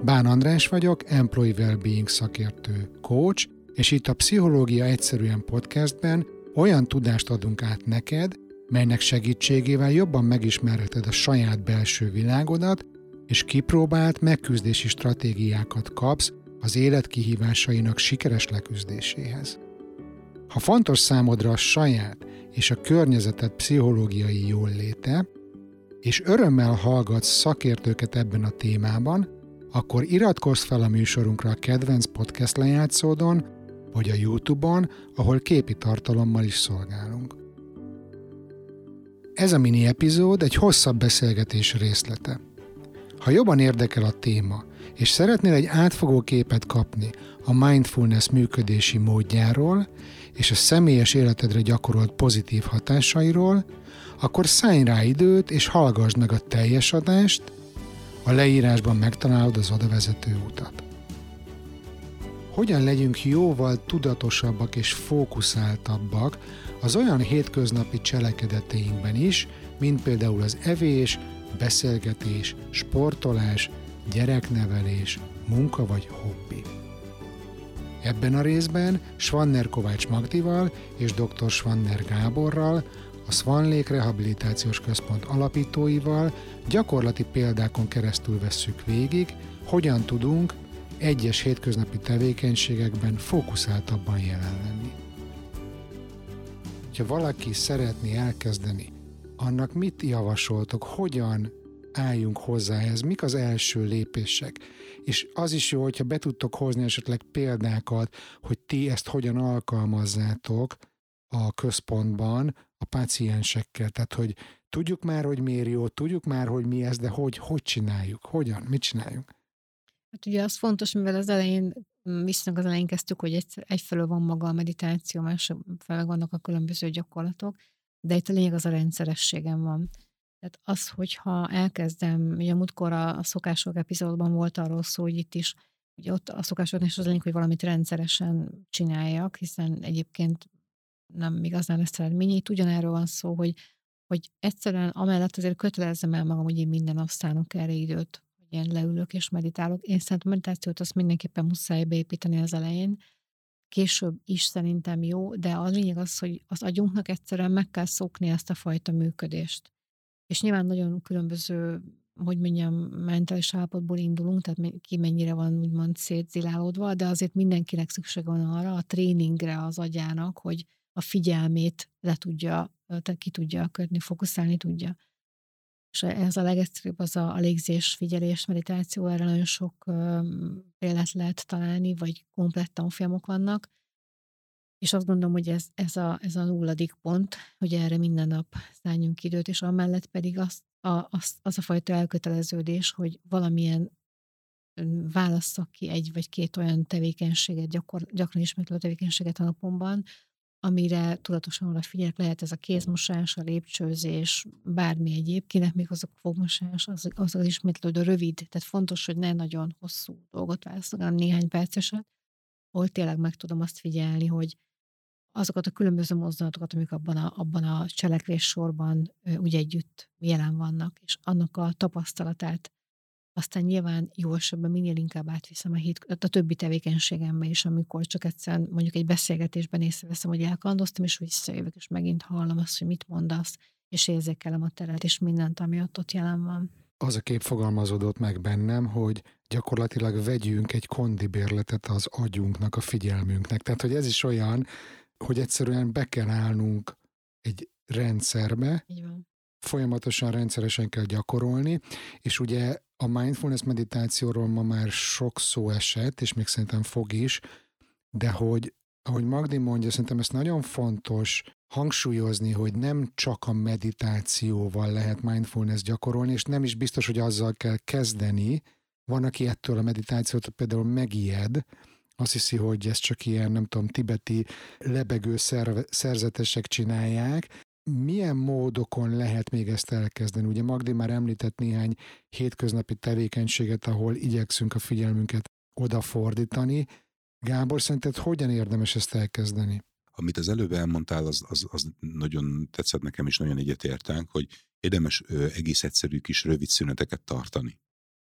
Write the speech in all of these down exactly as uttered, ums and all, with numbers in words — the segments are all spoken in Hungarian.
Bán András vagyok, Employee Wellbeing szakértő, coach, és itt a Pszichológia Egyszerűen podcastben olyan tudást adunk át neked, melynek segítségével jobban megismerheted a saját belső világodat, és kipróbált megküzdési stratégiákat kapsz az élet kihívásainak sikeres leküzdéséhez. Ha fontos számodra a saját és a környezeted pszichológiai jólléte, és örömmel hallgatsz szakértőket ebben a témában, akkor iratkozz fel a műsorunkra a kedvenc podcast lejátszódon, vagy a YouTube-on, ahol képi tartalommal is szolgálunk. Ez a mini epizód egy hosszabb beszélgetés részlete. Ha jobban érdekel a téma, és szeretnél egy átfogó képet kapni a mindfulness működési módjáról, és a személyes életedre gyakorolt pozitív hatásairól, akkor szállj rá időt, és hallgassd meg a teljes adást, a leírásban megtalálod az odavezető utat. Hogyan legyünk jóval tudatosabbak és fókuszáltabbak az olyan hétköznapi cselekedeteinkben is, mint például az evés, beszélgetés, sportolás, gyereknevelés, munka vagy hobbi. Ebben a részben Svanner Kovács Magdival és dr. Svanner Gáborral, a Swan Lake Rehabilitációs Központ alapítóival gyakorlati példákon keresztül vesszük végig, hogyan tudunk egyes hétköznapi tevékenységekben fókuszáltabban jelen lenni. Ha valaki szeretné elkezdeni, annak mit javasoltok, hogyan álljunk hozzá ehhez, mik az első lépések? És az is jó, hogyha be tudtok hozni esetleg példákat, hogy ti ezt hogyan alkalmazzátok a központban a páciensekkel. Tehát, hogy tudjuk már, hogy miért jó, tudjuk már, hogy mi ez, de hogy, hogy csináljuk, hogyan, mit csináljunk? Hát ugye az fontos, mivel az elején, viszonylag az elején kezdtük, hogy egy, egyfelől van maga a meditáció, másfelől vannak a különböző gyakorlatok, de itt a lényeg az a rendszerességem van. Tehát az, hogyha elkezdem, ugye múltkor a, a szokások epizódban volt arról szó, hogy itt is, ugye ott a szokásoknak is az lényeg, hogy valamit rendszeresen csináljak, hiszen egyébként nem igazán lesz eredmény. Itt ugyanerről van szó, hogy, hogy egyszerűen amellett azért kötelezzem el magam, hogy én minden nap szánok erre időt, hogy én leülök és meditálok. Én szerintem a meditációt azt mindenképpen muszáj beépíteni az elején. Később is szerintem jó, de a lényeg az, hogy az agyunknak egyszerűen meg kell szokni ezt a fajta működést. És nyilván nagyon különböző, hogy mondjam, mentális állapotból indulunk, tehát ki mennyire van úgymond szétzilálódva, de azért mindenkinek szükség van arra, a tréningre az agyának, hogy a figyelmét le tudja, tehát ki tudja kötni, fókuszálni tudja. És ez a legegyszerűbb az a, a légzés, figyelés, meditáció, erre nagyon sok um, példát lehet találni, vagy komplett tanfolyamok vannak. És azt gondolom, hogy ez, ez, a, ez a nulladik pont, hogy erre minden nap szálljunk időt, és amellett pedig az a, az, az a fajta elköteleződés, hogy valamilyen válasszak ki egy vagy két olyan tevékenységet, gyakor, gyakran ismétlő tevékenységet a napomban, amire tudatosan odafigyelek, lehet ez a kézmosás, a lépcsőzés, bármi egyéb, kinek még az a fogmosás, az az, az ismétlődő rövid, tehát fontos, hogy ne nagyon hosszú dolgot választok, hanem néhány perceset, ahol tényleg meg tudom azt figyelni, hogy azokat a különböző mozdulatokat, amik abban a, abban a cselekvés sorban úgy együtt jelen vannak, és annak a tapasztalatát aztán nyilván jó esetben minél inkább átviszem a, hét, a többi tevékenységembe is, amikor csak egyszerűen mondjuk egy beszélgetésben észreveszem, hogy elkandoztam, és visszajövök, és megint hallom azt, hogy mit mondasz, és érzékelem a teret, és mindent, ami ott, ott jelen van. Az a kép fogalmazódott meg bennem, hogy gyakorlatilag vegyünk egy kondibérletet az agyunknak, a figyelmünknek. Tehát, hogy ez is olyan, hogy egyszerűen be kell állnunk egy rendszerbe, Így van. Folyamatosan, rendszeresen kell gyakorolni, és ugye a mindfulness meditációról ma már sok szó esett, és még szerintem fog is, de hogy, ahogy Magdi mondja, szerintem ezt nagyon fontos hangsúlyozni, hogy nem csak a meditációval lehet mindfulness gyakorolni, és nem is biztos, hogy azzal kell kezdeni. Van, aki ettől a meditációt például megijed, azt hiszi, hogy ez csak ilyen, nem tudom, tibeti lebegő szerve, szerzetesek csinálják. Milyen módokon lehet még ezt elkezdeni? Ugye Magdi már említett néhány hétköznapi tevékenységet, ahol igyekszünk a figyelmünket odafordítani. Gábor, szerinted hogyan érdemes ezt elkezdeni? Amit az előbb elmondtál, az, az, az nagyon tetszett nekem, és nagyon egyetértünk, hogy érdemes ö, egész egyszerű kis rövid szüneteket tartani.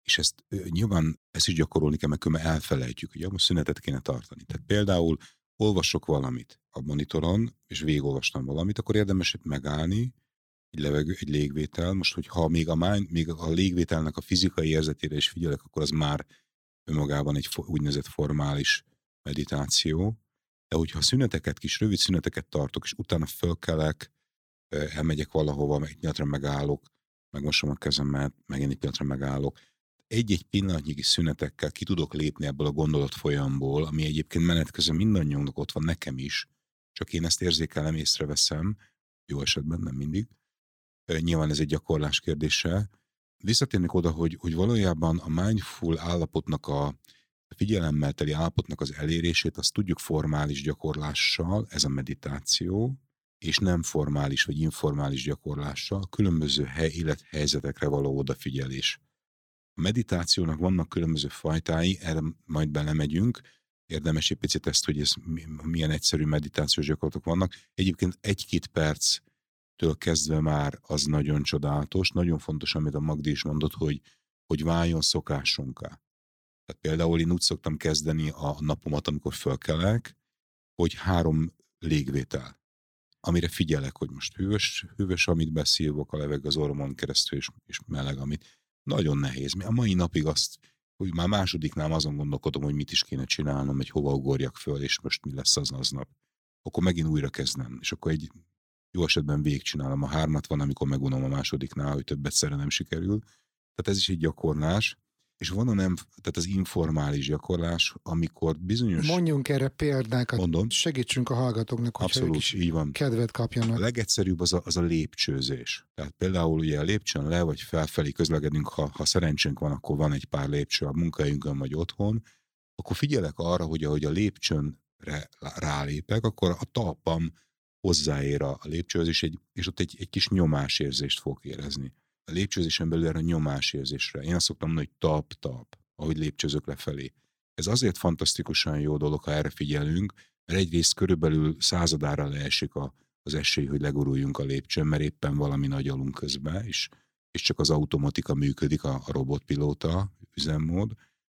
És ezt ö, nyilván ezt is gyakorolni kell, mert különben elfelejtjük, hogy most szünetet kéne tartani. Tehát például olvasok valamit a monitoron, és végigolvastam valamit, akkor érdemes megállni, egy levegő, egy légvétel. Most, hogyha még a, mind, még a légvételnek a fizikai érzetére is figyelek, akkor az már önmagában egy úgynevezett formális meditáció. De hogyha szüneteket, kis rövid szüneteket tartok, és utána fölkelek, elmegyek valahova, egy pillanatra megállok, megmosom a kezemet, megint egy pillanatra megállok. Egy-egy pillanatnyi kis szünetekkel ki tudok lépni ebből a gondolatfolyamból, ami egyébként menet közben mindannyiunknak ott van, nekem is, csak én ezt érzékelem, észreveszem, jó esetben, nem mindig. Nyilván ez egy gyakorlás kérdése. Visszatérnék oda, hogy, hogy valójában a mindful állapotnak, a figyelemmel teli állapotnak az elérését, azt tudjuk formális gyakorlással, ez a meditáció, és nem formális vagy informális gyakorlással, különböző hely, élethelyzetekre való odafigyelés. A meditációnak vannak különböző fajtái, erre majd belemegyünk, érdemes egy picit ezt, hogy ez milyen egyszerű meditációs gyakorlatok vannak. Egyébként egy-két perctől kezdve már az nagyon csodálatos, nagyon fontos, amit a Magdi is mondott, hogy, hogy váljon szokásunká. Tehát például én úgy szoktam kezdeni a napomat, amikor fölkelek, hogy három légvétel, amire figyelek, hogy most hűvös, hűvös amit beszívok, a levegő az orromon keresztül, és, és meleg, amit nagyon nehéz. A mai napig azt, hogy már másodiknál azon gondolkodom, hogy mit is kéne csinálnom, hogy hova ugorjak föl, és most mi lesz az aznap. Akkor megint újra kezdem, és akkor egy jó esetben végigcsinálom. A hármat van, amikor megunom a másodiknál, hogy többet szerre nem sikerül. Tehát ez is egy gyakorlás. És van a nem, tehát az informális gyakorlás, amikor bizonyos... Mondjunk erre példákat, Mondom. Segítsünk a hallgatóknak, hogy Abszolút, így van. Kedvet kapjanak. A legegyszerűbb az a, az a lépcsőzés. Tehát például ugye a lépcsőn le vagy felfelé közlekedünk, ha, ha szerencsénk van, akkor van egy pár lépcső a munkahelyünkön vagy otthon, akkor figyelek arra, hogy ahogy a lépcsőnre rálépek, akkor a talpam hozzáér a lépcsőhöz, és, egy, és ott egy, egy kis nyomásérzést fogok érezni. A lépcsőzésen belül erre a nyomásérzésre. Én azt szoktam mondani, hogy tap-tap, ahogy lépcsőzök lefelé. Ez azért fantasztikusan jó dolog, ha erre figyelünk, mert egyrészt körülbelül századára leesik a, az esély, hogy leguruljunk a lépcsőn, mert éppen valami nagy alunk közben, és, és csak az automatika működik, a, a robotpilóta üzemmód.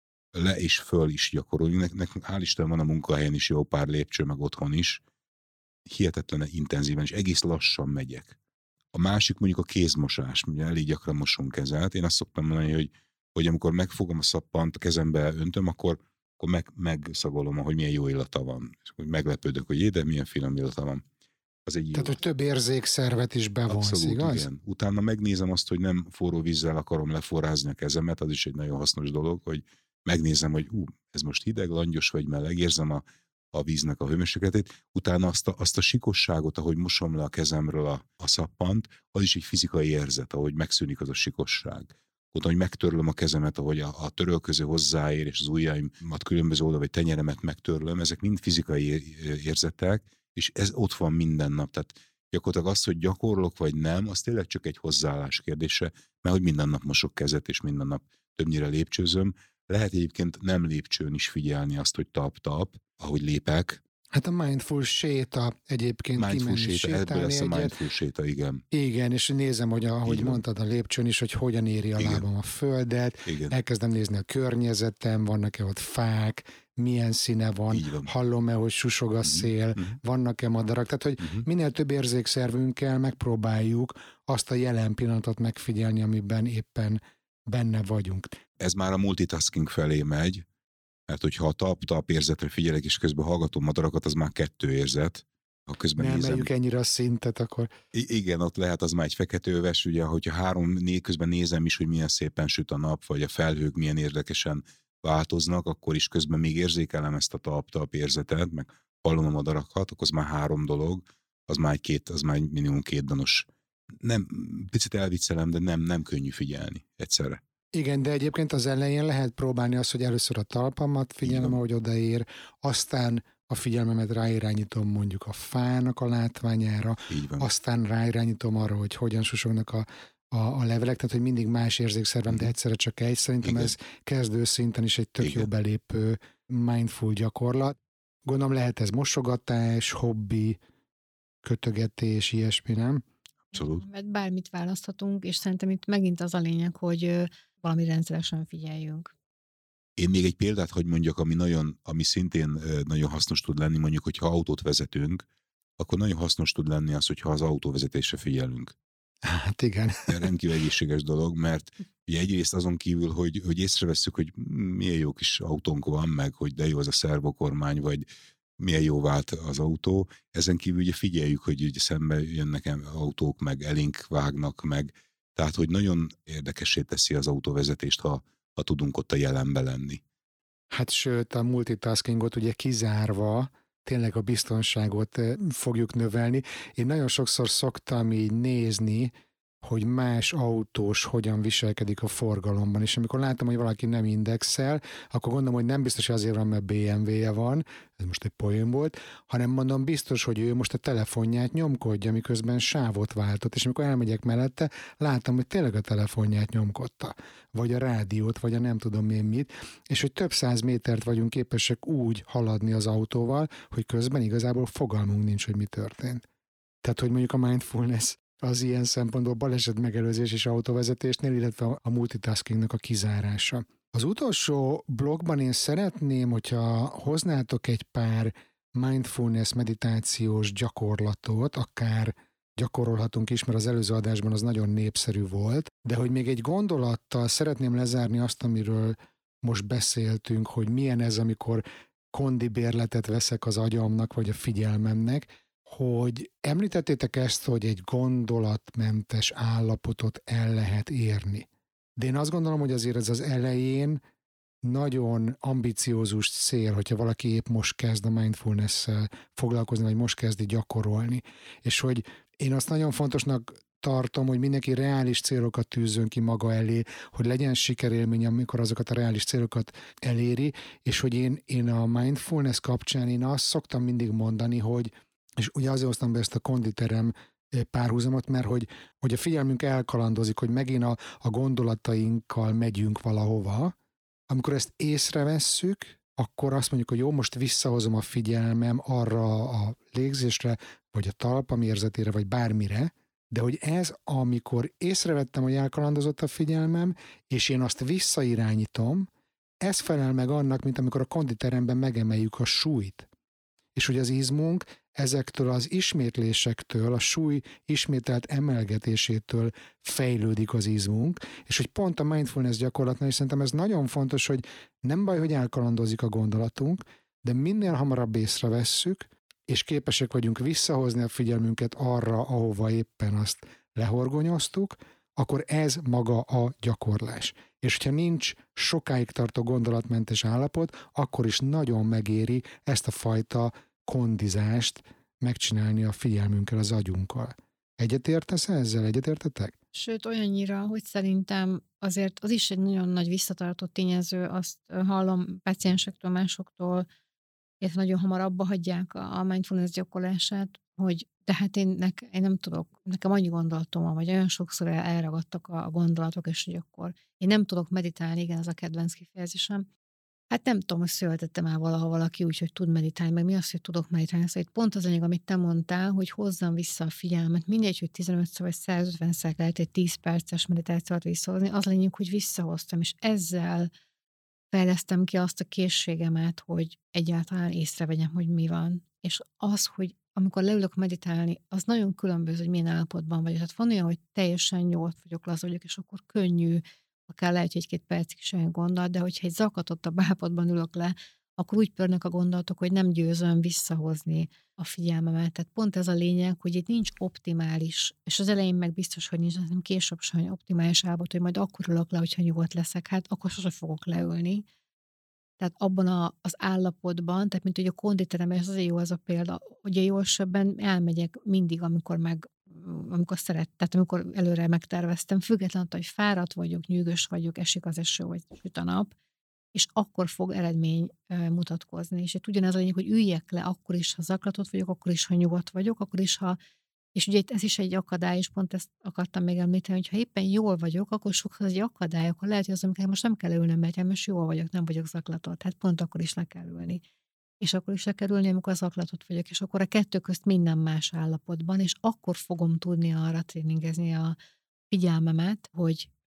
Le és föl is gyakorolunk. Nekünk hál' Isten van a munkahelyen is jó pár lépcső, meg otthon is. Hihetetlen intenzíven, és egész lassan megyek. A másik mondjuk a kézmosás, ugye elég gyakran mosunk kezet. Én azt szoktam mondani, hogy, hogy amikor megfogom a szappant, a kezembe öntöm, akkor, akkor meg, megszagolom, hogy milyen jó illata van. És hogy meglepődök, hogy jé, de milyen finom illata van. Az egy Tehát, jó. hogy több érzékszervet is bevonsz, Abszolút, igaz? igen. Utána megnézem azt, hogy nem forró vízzel akarom leforrázni a kezemet, az is egy nagyon hasznos dolog, hogy megnézem, hogy ú, ez most hideg, langyos vagy meleg, érzem a a víznek a hőmérsékletét, utána azt a, azt a sikosságot, ahogy mosom le a kezemről a, a szappant, az is egy fizikai érzet, ahogy megszűnik az a sikosság. Ott, hogy megtörlöm a kezemet, ahogy a, a törölköző hozzáér, és az ujjaimat különböző oldal, vagy tenyeremet megtörlöm, ezek mind fizikai érzetek, és ez ott van minden nap. Tehát gyakorlatilag az, hogy gyakorlok vagy nem, az tényleg csak egy hozzáállás kérdése, mert hogy minden nap mosok kezet, és minden nap többnyire lépcsőzöm. Lehet egyébként nem lépcsőn is figyelni azt, hogy tap-tap, ahogy lépek. Hát a mindful séta egyébként mindful kimenni séta, sétálni ebből lesz a egyet. mindful séta, igen. Igen, és nézem, hogy ahogy Így van. mondtad a lépcsőn is, hogy hogyan éri a Igen. lábam a földet. Igen. Elkezdem nézni a környezetem, vannak-e ott fák, milyen színe van, Így van. hallom-e, hogy susog a szél, Mhm. vannak-e madarak. Tehát, hogy Mhm. minél több érzékszervünkkel megpróbáljuk azt a jelen pillanatot megfigyelni, amiben éppen benne vagyunk. Ez már a multitasking felé megy, mert hogyha a tap-tap érzetre figyelek, és közben hallgatom madarakat, az már kettő érzet. Ha közben Nem nézem. emeljük ennyire a szintet, akkor... I- igen, ott lehet az már egy feketőves, ugye, hogyha három né közben nézem is, hogy milyen szépen süt a nap, vagy a felhők milyen érdekesen változnak, akkor is közben még érzékelem ezt a tap-tap érzetet, meg hallom a madarakat, akkor az már három dolog, az már egy két, az már egy minimum két danos. Nem, picit elviccelem, de nem, nem könnyű figyelni egyszerre. Igen, de egyébként az elején lehet próbálni azt, hogy először a talpamat figyelem, ahogy odaér, aztán a figyelmemet ráirányítom mondjuk a fának a látványára, Így van. aztán ráirányítom arra, hogy hogyan susognak a, a, a levelek, tehát hogy mindig más érzékszervem, de egyszerre csak egy. Szerintem Igen. ez kezdő szinten is egy tök Igen. jó belépő mindful gyakorlat. Gondolom lehet ez mosogatás, hobbi, kötögetés, ilyesmi, nem? Abszolút. Mert bármit választhatunk, és szerintem itt megint az a lényeg, hogy valami rendszeresen figyeljünk. Én még egy példát hagy mondjak, ami, nagyon, ami szintén nagyon hasznos tud lenni, mondjuk, hogyha autót vezetünk, akkor nagyon hasznos tud lenni az, hogyha az autóvezetésre figyelünk. Hát igen. Rendkívül egészséges dolog, mert ugye egyrészt azon kívül, hogy, hogy észrevesszük, hogy milyen jó kis autónk van, meg hogy de jó az a szervokormány, vagy milyen jó vált az autó, ezen kívül ugye figyeljük, hogy ugye szembe jönnek autók, meg elénk vágnak, meg tehát, hogy nagyon érdekessé teszi az autóvezetést, ha, ha tudunk ott a jelenbe lenni. Hát sőt, a multitaskingot ugye kizárva tényleg a biztonságot fogjuk növelni. Én nagyon sokszor szoktam így nézni, hogy más autós hogyan viselkedik a forgalomban, és amikor látom, hogy valaki nem indexel, akkor gondolom, hogy nem biztos, hogy azért van, mert bé em vé-je van, ez most egy poén volt, hanem mondom, biztos, hogy ő most a telefonját nyomkodja, miközben sávot váltott, és amikor elmegyek mellette, látom, hogy tényleg a telefonját nyomkodta, vagy a rádiót, vagy a nem tudom én mit, és hogy több száz métert vagyunk képesek úgy haladni az autóval, hogy közben igazából fogalmunk nincs, hogy mi történt. Tehát, hogy mondjuk a mindfulness az ilyen szempontból baleset megelőzés és autóvezetésnél, illetve a multitaskingnak a kizárása. Az utolsó blogban én szeretném, hogyha hoznátok egy pár mindfulness meditációs gyakorlatot, akár gyakorolhatunk is, mert az előző adásban az nagyon népszerű volt, de hogy még egy gondolattal szeretném lezárni azt, amiről most beszéltünk, hogy milyen ez, amikor kondibérletet veszek az agyamnak, vagy a figyelmemnek, hogy említettétek ezt, hogy egy gondolatmentes állapotot el lehet érni. De én azt gondolom, hogy azért ez az elején nagyon ambiciózus cél, hogyha valaki épp most kezd a mindfulness-szel foglalkozni, vagy most kezdi gyakorolni. És hogy én azt nagyon fontosnak tartom, hogy mindenki reális célokat tűzzön ki maga elé, hogy legyen sikerélmény, amikor azokat a reális célokat eléri, és hogy én, én a mindfulness kapcsán én azt szoktam mindig mondani, hogy és ugye azért hoztam be ezt a konditerem párhuzamot, mert hogy, hogy a figyelmünk elkalandozik, hogy megint a, a gondolatainkkal megyünk valahova. Amikor ezt észrevesszük, akkor azt mondjuk, hogy jó, most visszahozom a figyelmem arra a légzésre, vagy a talpam érzetére, vagy bármire, de hogy ez, amikor észrevettem, hogy elkalandozott a figyelmem, és én azt visszairányítom, ez felel meg annak, mint amikor a konditeremben megemeljük a súlyt. És hogy az izmunk ezektől az ismétlésektől, a súly ismételt emelgetésétől fejlődik az izmunk, és hogy pont a mindfulness gyakorlatnál is szerintem ez nagyon fontos, hogy nem baj, hogy elkalandozik a gondolatunk, de minél hamarabb észrevesszük, és képesek vagyunk visszahozni a figyelmünket arra, ahova éppen azt lehorgonyoztuk, akkor ez maga a gyakorlás. És hogyha nincs sokáig tartó gondolatmentes állapot, akkor is nagyon megéri ezt a fajta kondizást megcsinálni a figyelmünkkel, az agyunkkal. Egyetértesz ezzel? Egyetértetek? Sőt, olyannyira, hogy szerintem azért az is egy nagyon nagy visszatartó tényező, azt hallom páciensektől, másoktól, illetve nagyon hamar abba hagyják a mindfulness gyakorlását, hogy de hát én, nek, én nem tudok, nekem annyi gondolatom van, vagy olyan sokszor el, elragadtak a, a gondolatok, és hogy akkor én nem tudok meditálni, igen, ez a kedvenc kifejezésem. Hát nem tudom, hogy születettem el valaha valaki úgy, hogy tud meditálni, meg mi az, hogy tudok meditálni. Szóval itt pont az anyag, amit te mondtál, hogy hozzam vissza a figyelmet. Mindegy, hogy tizenötször vagy százötvenszer lehet egy tíz perces meditációt visszahozni. Az lényeg, hogy visszahoztam, és ezzel fejlesztem ki azt a készségemet, hogy egyáltalán észrevegyem, hogy mi van. És az, hogy amikor leülök meditálni, az nagyon különböző, hogy milyen állapotban vagyok. Tehát van olyan, hogy teljesen nyugodt vagyok, laza vagyok, és akkor könnyű, akár lehet, hogy egy-két percig sem gondolat, de hogyha egy zakatottabb állapotban ülök le, akkor úgy pörnek a gondolatok, hogy nem győzöm visszahozni a figyelmemet. Tehát pont ez a lényeg, hogy itt nincs optimális, és az elején meg biztos, hogy nincs, hanem később sem optimális állapot, hogy majd akkor ülök le, hogyha nyugodt leszek, hát akkor sose fogok leülni. Tehát abban a, az állapotban, tehát mint hogy a konditeremben, ez azért jó az a példa, ugye gyorsabban elmegyek mindig, amikor meg amikor szeret, tehát amikor előre megterveztem, függetlenül, hogy fáradt vagyok, nyűgös vagyok, esik az eső, vagy süt a nap, és akkor fog eredmény e, mutatkozni. És itt ugyanez a lényeg, hogy üljek le, akkor is, ha zaklatott vagyok, akkor is, ha nyugodt vagyok, akkor is, ha, és ugye itt ez is egy akadály, és pont ezt akartam még említeni, hogy ha éppen jól vagyok, akkor sokszor ez egy akadály, akkor lehet, hogy az, amikor most nem kell ülnöm, mert most jól vagyok, nem vagyok zaklatott, hát pont akkor is le kell ülni. És akkor is le kell ülni, amikor zaklatott vagyok, és akkor a kettő közt minden más állapotban, és akkor fogom tudni arra tréningezni a figyelmemet, hogy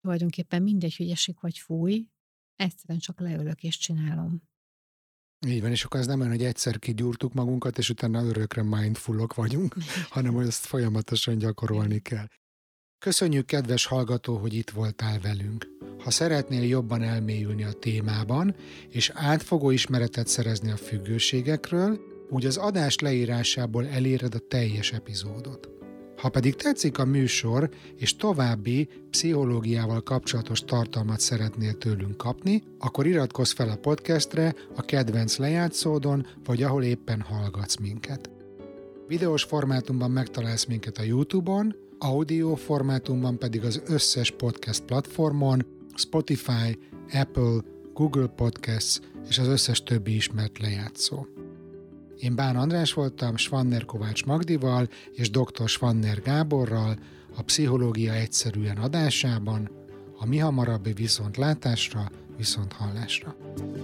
tulajdonképpen mindegy, hogy esik vagy fúj, egyszerűen csak leülök és csinálom. Így van, és akkor ez nem olyan, hogy egyszer kigyúrtuk magunkat, és utána örökre mindfulok vagyunk, hanem hogy ezt folyamatosan gyakorolni kell. Köszönjük, kedves hallgató, hogy itt voltál velünk. Ha szeretnél jobban elmélyülni a témában, és átfogó ismeretet szerezni a függőségekről, úgy az adás leírásából eléred a teljes epizódot. Ha pedig tetszik a műsor, és további pszichológiával kapcsolatos tartalmat szeretnél tőlünk kapni, akkor iratkozz fel a podcastre, a kedvenc lejátszódon, vagy ahol éppen hallgatsz minket. Videós formátumban megtalálsz minket a YouTube-on, audio formátumban pedig az összes podcast platformon, Spotify, Apple, Google Podcasts és az összes többi ismert lejátszó. Én Bán András voltam Svanner Kovács Magdival és dr. Svanner Gáborral a Pszichológia egyszerűen adásában, a mi hamarabbi viszontlátásra, viszonthallásra.